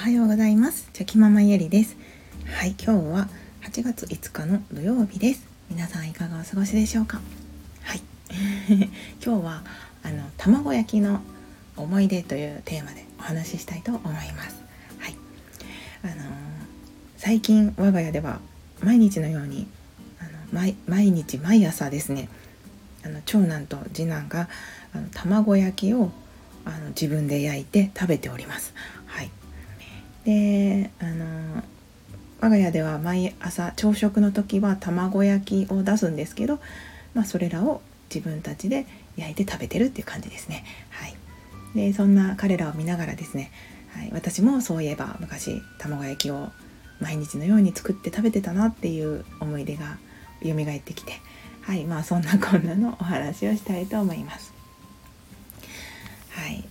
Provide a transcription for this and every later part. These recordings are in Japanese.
はようございます。チョキママゆりです。はい、今日は8月5日の土曜日です。皆さんいかがお過ごしでしょうか。はい今日は卵焼きの思い出というテーマでお話ししたいと思います。はい、最近我が家では毎日のように毎日毎朝ですね、長男と次男が卵焼きを自分で焼いて食べております。はい。で、我が家では毎朝朝食の時は卵焼きを出すんですけど、それらを自分たちで焼いて食べてるっていう感じですね。はい。で、そんな彼らを見ながらですね、はい、私もそういえば昔卵焼きを毎日のように作って食べてたなっていう思い出が蘇ってきて、はい、そんなこんなのお話をしたいと思います。はい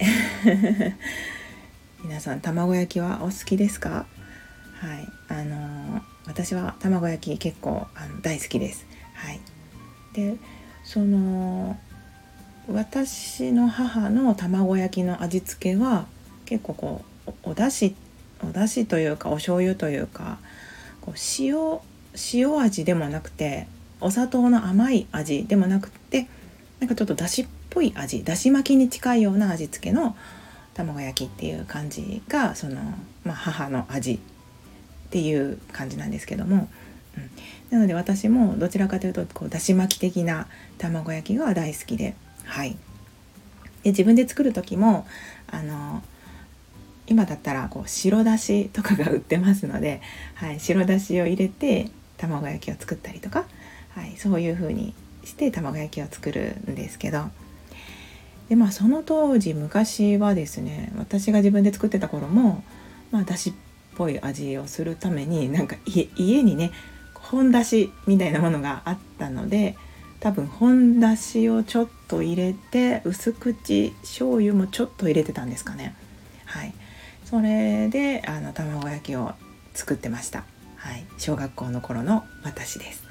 皆さん卵焼きはお好きですか？はい、私は卵焼き結構大好きです。はい。で、私の母の卵焼きの味付けは結構お出汁というかお醤油というか塩味でもなくてお砂糖の甘い味でもなくて、なんかちょっと出汁っぽい味、出汁巻きに近いような味付けの卵焼きっていう感じが母の味っていう感じなんですけども、なので私もどちらかというとだし巻き的な卵焼きが大好きで、はい。で、自分で作る時も今だったら白だしとかが売ってますので、はい、白だしを入れて卵焼きを作ったりとか、はい、そういう風にして卵焼きを作るんですけど、でその当時昔はですね、私が自分で作ってた頃もだしっぽい味をするためになんか家にね本だしみたいなものがあったので、多分本だしをちょっと入れて薄口醤油もちょっと入れてたんですかね。はい、それで卵焼きを作ってました。はい、小学校の頃の私です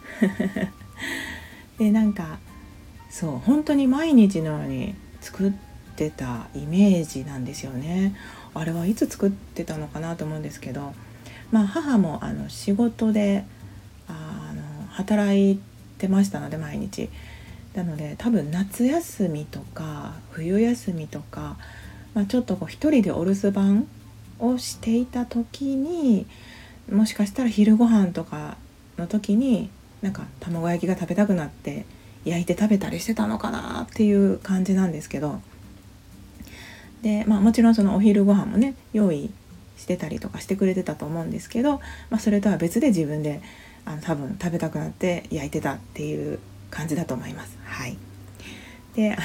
で、なんかそう本当に毎日のように作ってたイメージなんですよね。あれはいつ作ってたのかなと思うんですけど、母も仕事で働いてましたので毎日なので、多分夏休みとか冬休みとか、ちょっと一人でお留守番をしていた時に、もしかしたら昼ご飯とかの時になんか卵焼きが食べたくなって焼いて食べたりしてたのかなっていう感じなんですけど、で、もちろんそのお昼ご飯もね用意してたりとかしてくれてたと思うんですけど、それとは別で自分で多分食べたくなって焼いてたっていう感じだと思います。はい。で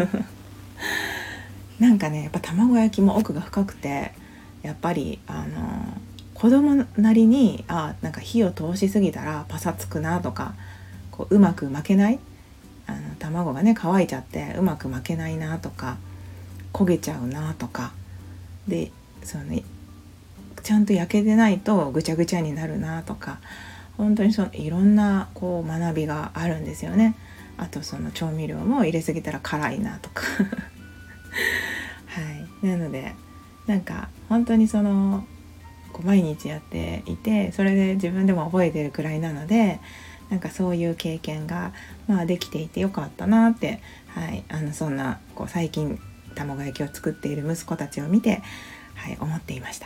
なんかね、やっぱ卵焼きも奥が深くて、やっぱり子供なりになんか火を通しすぎたらパサつくなとか、うまく巻けない、卵がね乾いちゃってうまく巻けないなとか、焦げちゃうなとかで、ちゃんと焼けてないとぐちゃぐちゃになるなとか、本当にいろんな学びがあるんですよね。あと調味料も入れすぎたら辛いなとかはい。なのでなんか本当に毎日やっていて、それで自分でも覚えてるくらいなので、なんかそういう経験ができていてよかったなって、はい、そんな最近卵焼きを作っている息子たちを見て、はい、思っていました。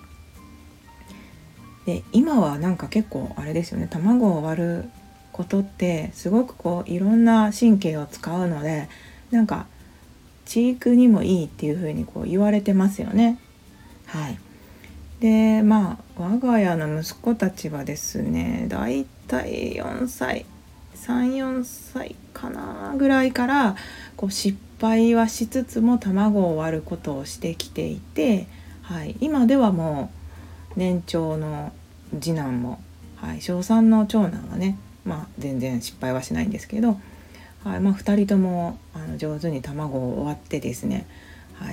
で、今はなんか結構あれですよね、卵を割ることってすごくいろんな神経を使うので、なんか知育にもいいっていう風に言われてますよね。はい。で、我が家の息子たちはですね、だいたい4歳3、4歳かなぐらいから失敗はしつつも卵を割ることをしてきていて、はい、今ではもう年長の次男も、はい、小3の長男はね、全然失敗はしないんですけど、はい、2人とも上手に卵を割ってですね、はい、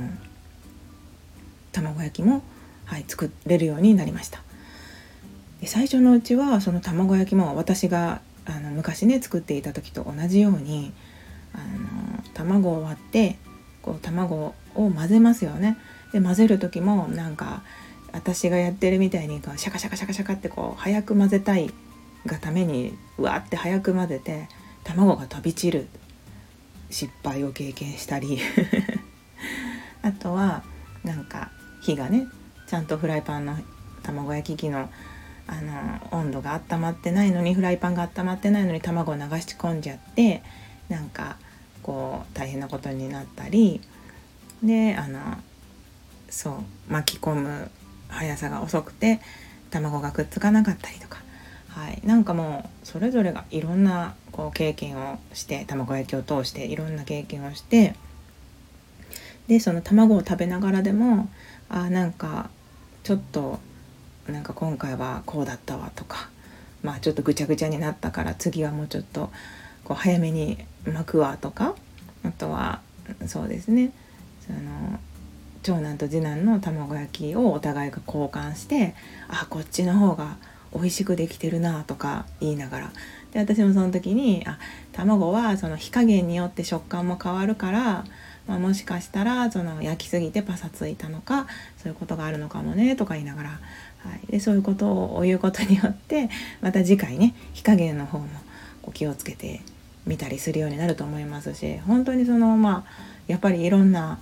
卵焼きも、はい、作れるようになりました。で、最初のうちはその卵焼きも私が昔ね作っていた時と同じように卵を割って卵を混ぜますよね。 で混ぜる時もなんか私がやってるみたいにシャカシャカシャカシャカって早く混ぜたいがためにうわって早く混ぜて卵が飛び散る失敗を経験したりあとはなんか火がねちゃんとフライパンの卵焼き器の温度が温まってないのにフライパンが温まってないのに卵を流し込んじゃってなんか大変なことになったりでそう巻き込む速さが遅くて卵がくっつかなかったりとか、なんかもうそれぞれがいろんな経験をして卵焼きを通していろんな経験をしてでその卵を食べながらでもなんかちょっとなんか今回はこうだったわとかちょっとぐちゃぐちゃになったから次はもうちょっと早めに巻くわとかあとはそうですね長男と次男の卵焼きをお互いが交換してこっちの方が美味しくできてるなとか言いながらで私もその時に卵はその火加減によって食感も変わるから、もしかしたら焼きすぎてパサついたのかそういうことがあるのかもねとか言いながら、でそういうことを言うことによってまた次回ね火加減の方も気をつけてみたりするようになると思いますし本当にやっぱりいろんな、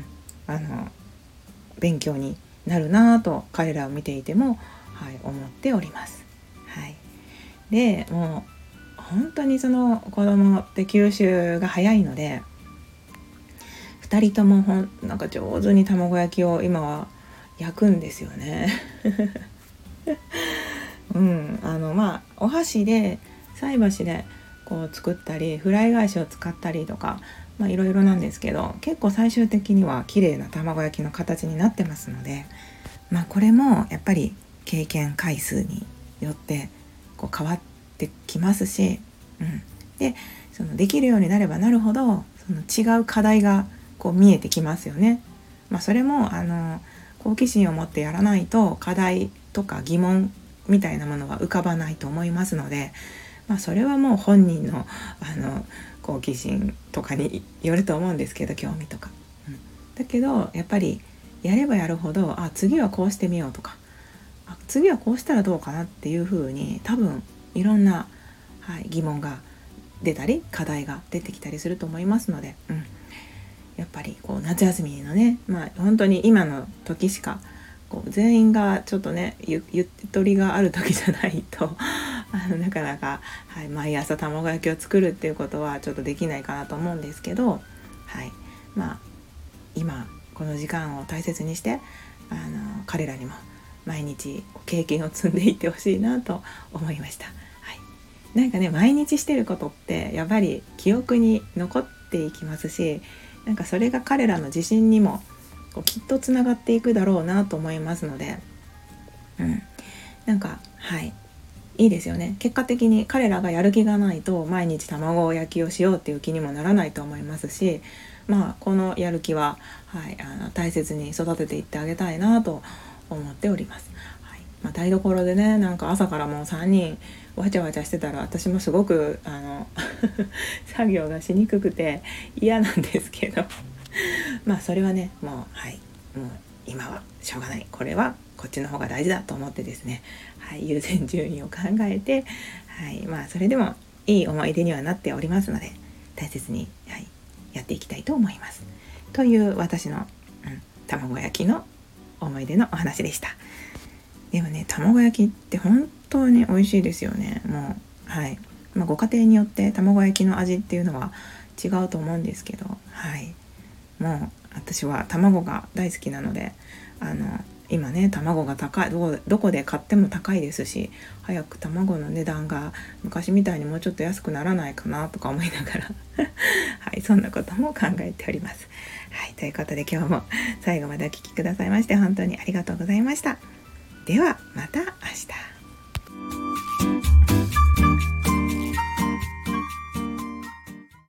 勉強になるなと彼らを見ていても、思っております。でもう本当に子供って吸収が早いので2人ともなんか上手に卵焼きを今は焼くんですよねお箸で菜箸で作ったりフライ返しを使ったりとかいろいろなんですけど結構最終的には綺麗な卵焼きの形になってますのでこれもやっぱり経験回数によって変わってきますし、でできるようになればなるほど違う課題が見えてきますよね。それも好奇心を持ってやらないと課題とか疑問みたいなものは浮かばないと思いますので、それはもう本人の好奇心とかによると思うんですけど興味とか、だけどやっぱりやればやるほど次はこうしてみようとか次はこうしたらどうかなっていう風に多分いろんな、疑問が出たり課題が出てきたりすると思いますので、やっぱり夏休みのね本当に今の時しか全員がちょっとねゆとりがある時じゃないとなかなか、毎朝卵焼きを作るっていうことはちょっとできないかなと思うんですけど、今この時間を大切にして彼らにも毎日経験を積んでいってほしいなと思いました。なんかね毎日してることってやっぱり記憶に残っていきますしなんかそれが彼らの自信にもきっとつながっていくだろうなと思いますので、なんかいいですよね。結果的に彼らがやる気がないと毎日卵焼きをしようっていう気にもならないと思いますしこのやる気は、大切に育てていってあげたいなと思っております。台所でねなんか朝からもう3人わちゃわちゃしてたら私もすごく作業がしにくくて嫌なんですけどそれはねもう今はしょうがないこれはこっちの方が大事だと思ってですね、優先順位を考えて、それでもいい思い出にはなっておりますので大切に、やっていきたいと思いますという私の、卵焼きの思い出のお話でした。でもね卵焼きって本当に美味しいですよね。もうご家庭によって卵焼きの味っていうのは違うと思うんですけどもう私は卵が大好きなので今ね卵が高いどこで買っても高いですし早く卵の値段が昔みたいにもうちょっと安くならないかなとか思いながらそんなことも考えております。ということで今日も最後までお聞きくださいまして本当にありがとうございました。ではまた明日。